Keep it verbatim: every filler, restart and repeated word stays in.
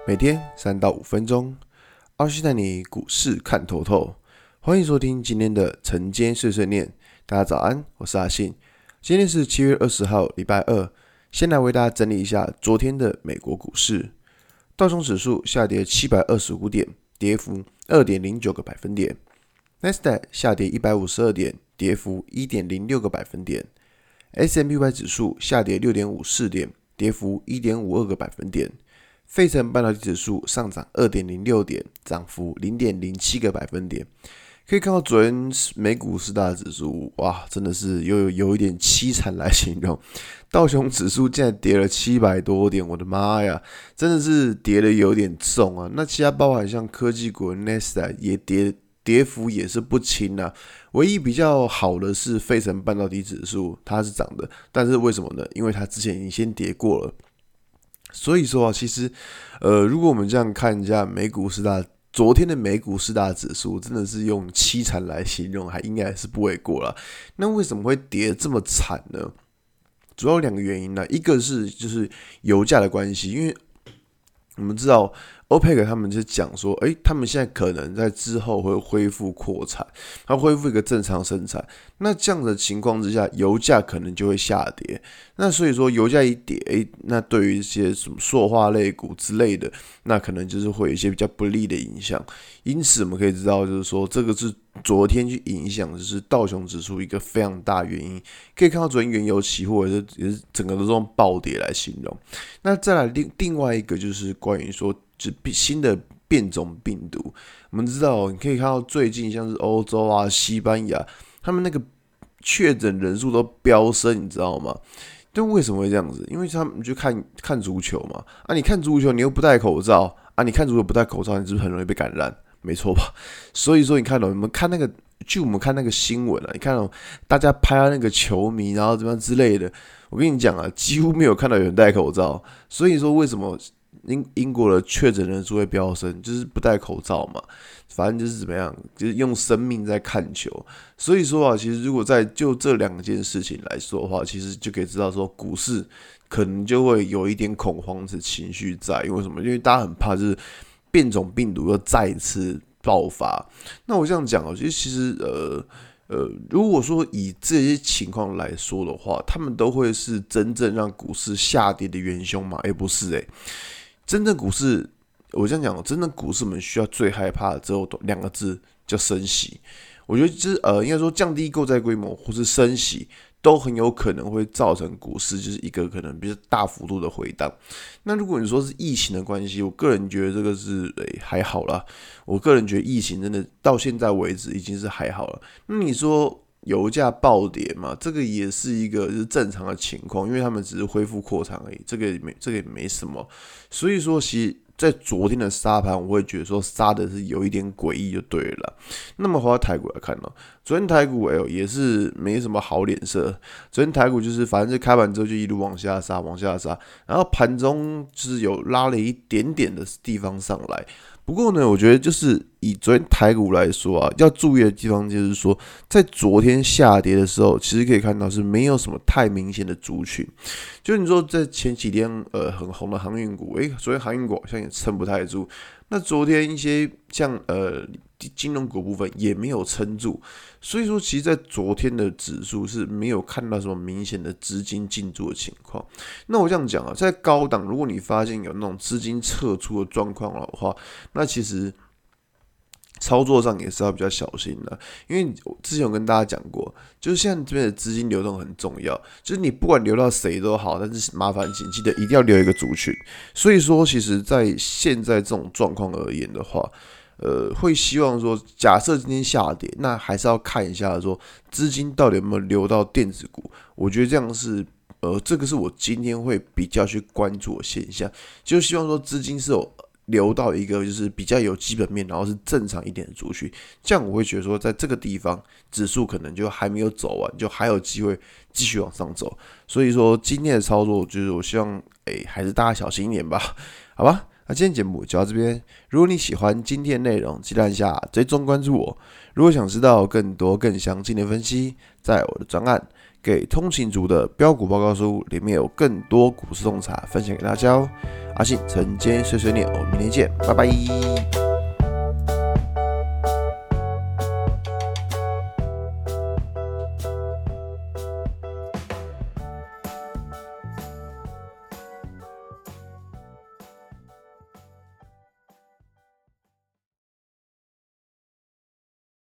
每天三到五分钟，阿信带你股市看透透。欢迎收听今天的晨间碎碎念。大家早安，我是阿信。今天是七月二十号，礼拜二。先来为大家整理一下昨天的美国股市。道琼指数下跌七百二十五点，跌幅 二点零九个百分点。纳斯达克下跌一百五十二点，跌幅 一点零六个百分点。S and P 五百 指数下跌 六点五四点，跌幅 一点五二个百分点。费城半导体指数上涨 二点零六点，涨幅 零点零七个百分点。可以看到昨天美股四大指数，哇，真的是有有一点凄惨来形容。道琼指数竟然跌了七百多点，我的妈呀，真的是跌得有点重啊。那其他包含像科技股的 Nasdaq 也跌，跌幅也是不轻啊。唯一比较好的是费城半导体指数，它是涨的，但是为什么呢？因为它之前已经先跌过了。所以说啊，其实，呃，如果我们这样看一下美股四大，昨天的美股四大指数真的是用凄惨来形容，还应该是不为过啦。那为什么会跌这么惨呢？主要有两个原因啦，一个是就是油价的关系，因为我们知道 O P E C 他们就讲说，哎，他们现在可能在之后会恢复扩产，它恢复一个正常生产。那这样的情况之下，油价可能就会下跌。那所以说，油价一跌，哎，那对于一些什么塑化类股之类的，那可能就是会有一些比较不利的影响。因此，我们可以知道，就是说，这个是昨天去影响，就是道琼指数一个非常大的原因。可以看到，昨天原油期货也是也是整个都用暴跌来形容。那再来另另外一个就是关于说。就新的变种病毒，我们知道，你可以看到最近像是欧洲啊、西班牙，他们那个确诊人数都飙升，你知道吗？但为什么会这样子？因为他们就看看足球嘛，啊，你看足球，你又不戴口罩，啊，你看足球不戴口罩，你是不是很容易被感染？没错吧？所以说，你看到、喔、你们看那个，就我们看那个新闻啊，你看到、喔、大家拍到那个球迷，然后怎么样之类的，我跟你讲啊，几乎没有看到有人戴口罩。所以说，为什么？英英国的确诊人数会飙升，就是不戴口罩嘛，反正就是怎么样，就是用生命在看球。所以说啊，其实如果在就这两件事情来说的话，其实就可以知道说，股市可能就会有一点恐慌的情绪在。因为什么？因为大家很怕就是变种病毒又再一次爆发。那我这样讲哦，其实其实呃。呃，如果说以这些情况来说的话，他们都会是真正让股市下跌的元凶吗？哎，不是哎、欸，真正股市，我这样讲，真正股市我们需要最害怕的只有两个字，叫升息。我觉得就是呃，应该说降低购债规模或是升息，都很有可能会造成股市就是一个可能比较大幅度的回荡。那如果你说是疫情的关系，我个人觉得这个是诶、欸、还好啦。我个人觉得疫情真的到现在为止已经是还好了。那你说油价暴跌嘛，这个也是一个就是正常的情况，因为他们只是恢复扩产而已，这个也没这个也没什么。所以说，其实在昨天的沙盘，我会觉得说杀的是有一点诡异就对了啦。那么回到台股来看呢，昨天台股哎也是没什么好脸色。昨天台股就是反正就开盘之后就一路往下杀，往下杀，然后盘中就是有拉了一点点的地方上来。不过呢，我觉得就是以昨天台股来说啊，要注意的地方就是说，在昨天下跌的时候，其实可以看到是没有什么太明显的族群。就是你说在前几天呃很红的航运股，诶，昨天航运股好像也撑不太住。那昨天一些像呃金融股部分也没有撑住，所以说其实在昨天的指数是没有看到什么明显的资金进驻的情况。那我这样讲啊，在高档如果你发现有那种资金撤出的状况的话，那其实操作上也是要比较小心的。因为我之前有跟大家讲过，就是现在这边的资金流动很重要，就是你不管流到谁都好，但是麻烦请记得一定要留一个族群。所以说，其实在现在这种状况而言的话，呃，会希望说，假设今天下跌，那还是要看一下说资金到底有没有流到电子股。我觉得这样是，呃，这个是我今天会比较去关注的现象，就希望说资金是有流到一个就是比较有基本面，然后是正常一点的族群，这样我会觉得说，在这个地方指数可能就还没有走完，就还有机会继续往上走。所以说今天的操作就是我希望，哎，还是大家小心一点吧，好吧？ 那今天节目就到这边，如果你喜欢今天的内容，记得按下追踪关注我。如果想知道更多更详尽的分析，在我的专案给通勤族的标股报告书里面有更多股市洞察分享给大家哦。阿信晨间碎碎念，我们明天见，拜拜。